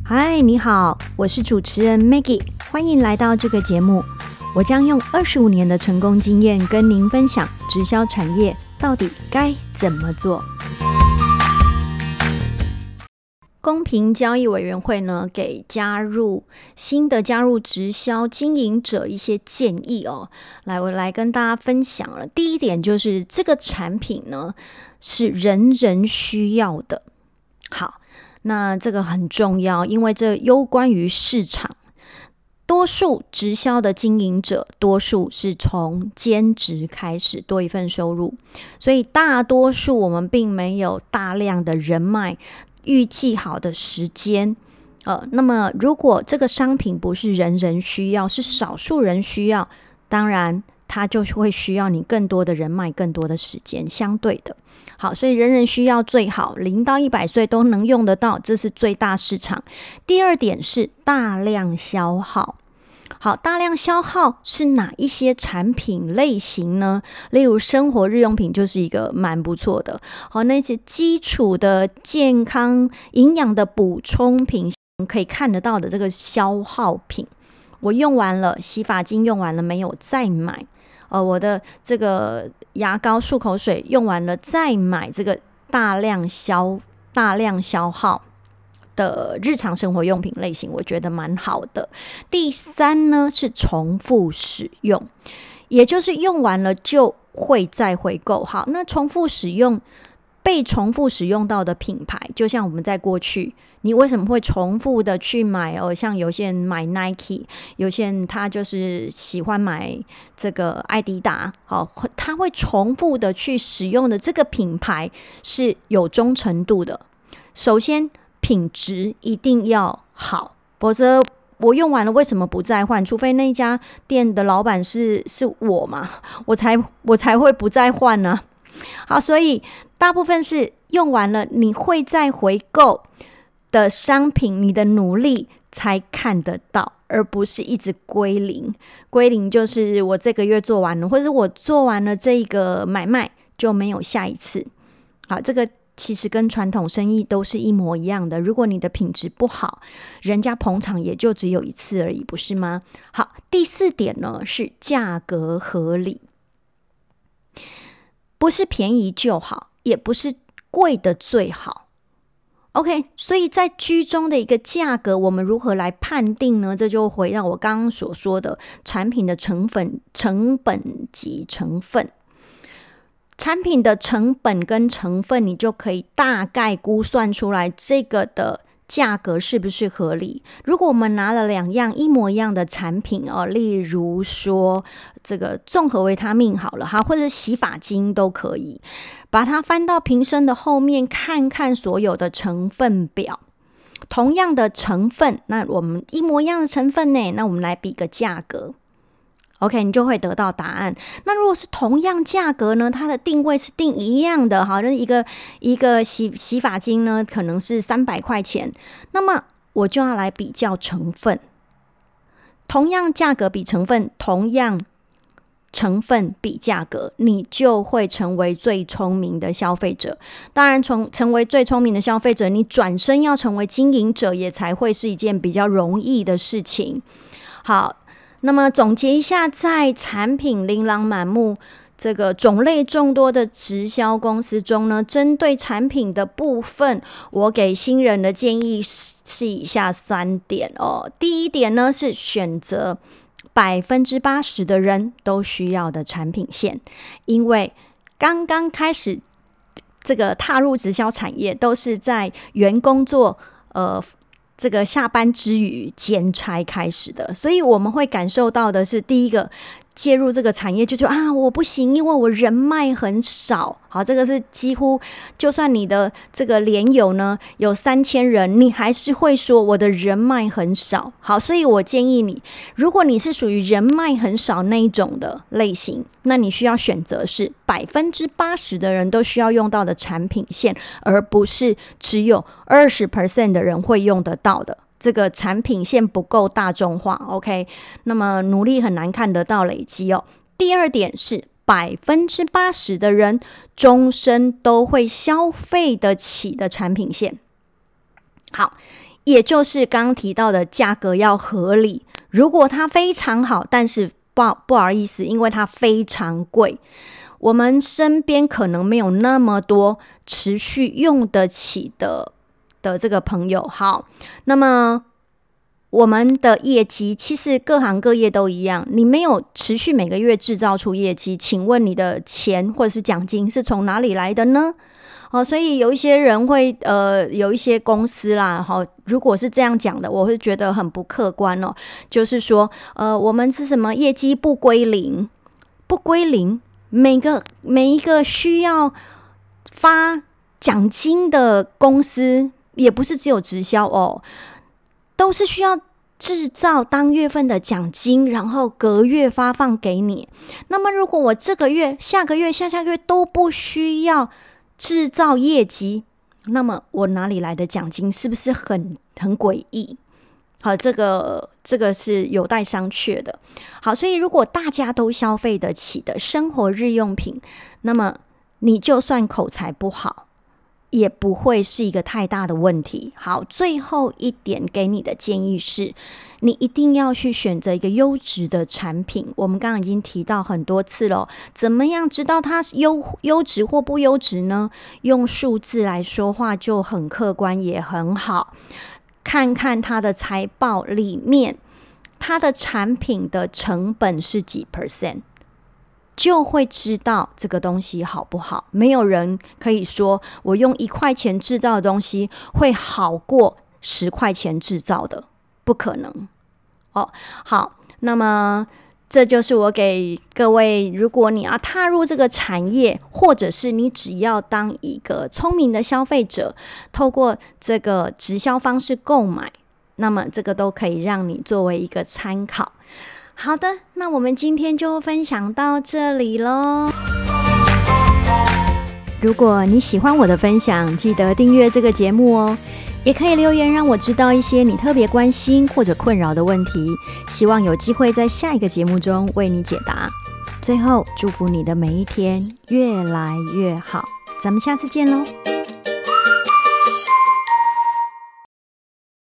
嗨，你好，我是主持人 Maggie， 欢迎来到这个节目。我将用25年的成功经验跟您分享直销产业到底该怎么做。公平交易委员会呢，给新的加入直销经营者一些建议哦。我来跟大家分享了。第一点就是这个产品呢是人人需要的。好，那这个很重要，因为这攸关于市场。多数直销的经营者，多数是从兼职开始多一份收入，所以大多数我们并没有大量的人脉。预计好的时间，那么如果这个商品不是人人需要，是少数人需要，当然它就会需要你更多的人脉，更多的时间，相对的。好，所以人人需要最好0到100岁都能用得到，这是最大市场。第二点是大量消耗。好，大量消耗是哪一些产品类型呢？例如生活日用品就是一个蛮不错的。好，那些基础的健康营养的补充品，可以看得到的这个消耗品，我用完了，洗发精用完了没有再买，我的这个牙膏漱口水用完了再买，这个大量消耗的日常生活用品类型，我觉得蛮好的。第三呢是重复使用，也就是用完了就会再回购。好，那被重复使用到的品牌，就像我们在过去，你为什么会重复的去买？像有些人买 Nike， 有些人他就是喜欢买这个艾迪达，他会重复的去使用的这个品牌是有忠诚度的。首先品质一定要好，否则我用完了为什么不再换？除非那家店的老板是我嘛，我才会不再换呢。好，所以大部分是用完了你会再回购的商品，你的努力才看得到，而不是一直归零。归零就是我这个月做完了，或者是我做完了这个买卖就没有下一次。好，这个其实跟传统生意都是一模一样的。如果你的品质不好，人家捧场也就只有一次而已，不是吗？好，第四点呢是价格合理，不是便宜就好，也不是贵的最好。OK， 所以在居中的一个价格，我们如何来判定呢？这就回到我刚刚所说的产品的成本及成分。产品的成本跟成分，你就可以大概估算出来这个的价格是不是合理。如果我们拿了2样一模一样的产品例如说这个综合维他命好了，或者洗发精都可以，把它翻到瓶身的后面看看所有的成分表，同样的成分，那我们一模一样的成分呢，那我们来比个价格。OK， 你就会得到答案。那如果是同样价格呢，它的定位是定一样的，好，那一个洗发精呢，可能是300块钱，那么我就要来比较成分。同样价格比成分，同样成分比价格，你就会成为最聪明的消费者。当然，成为最聪明的消费者，你转身要成为经营者，也才会是一件比较容易的事情。好。那么总结一下，在产品琳琅满目、这个种类众多的直销公司中呢，针对产品的部分，我给新人的建议是以下3点哦。第一点呢是选择80%的人都需要的产品线，因为刚刚开始这个踏入直销产业，都是在员工做这个下班之余兼差开始的，所以我们会感受到的是，第一个介入这个产业就觉得我不行，因为我人脉很少。好，这个是几乎就算你的这个连友呢有3000人，你还是会说我的人脉很少。好，所以我建议你，如果你是属于人脉很少那一种的类型，那你需要选择是80%的人都需要用到的产品线，而不是只有20% 的人会用得到的。这个产品线不够大众化 ，OK， 那么努力很难看得到累积哦。第二点是80%的人终身都会消费得起的产品线。好， 也就是刚刚提到的价格要合理。如果它非常好，但是不好意思，因为它非常贵，我们身边可能没有那么多持续用得起的这个朋友。好，那么我们的业绩其实各行各业都一样，你没有持续每个月制造出业绩，请问你的钱或者是奖金是从哪里来的呢？所以有一些人会有一些公司啦，如果是这样讲的，我会觉得很不客观哦。就是说我们是什么业绩不归零，每一个需要发奖金的公司，也不是只有直销哦，都是需要制造当月份的奖金，然后隔月发放给你。那么如果我这个月、下个月、下下个月都不需要制造业绩，那么我哪里来的奖金？是不是很诡异？好，这个是有待商榷的。好，所以如果大家都消费得起的生活日用品，那么你就算口才不好，也不会是一个太大的问题。好，最后一点给你的建议是，你一定要去选择一个优质的产品。我们刚刚已经提到很多次了，怎么样知道它优质或不优质呢？用数字来说话就很客观，也很好。看看它的财报里面，它的产品的成本是几 %，就会知道这个东西好不好。没有人可以说我用1块钱制造的东西会好过10块钱制造的，不可能哦。好，那么这就是我给各位，如果你要踏入这个产业，或者是你只要当一个聪明的消费者，透过这个直销方式购买，那么这个都可以让你作为一个参考。好的，那我们今天就分享到这里咯。如果你喜欢我的分享，记得订阅这个节目哦。也可以留言让我知道一些你特别关心或者困扰的问题，希望有机会在下一个节目中为你解答。最后，祝福你的每一天越来越好，咱们下次见咯。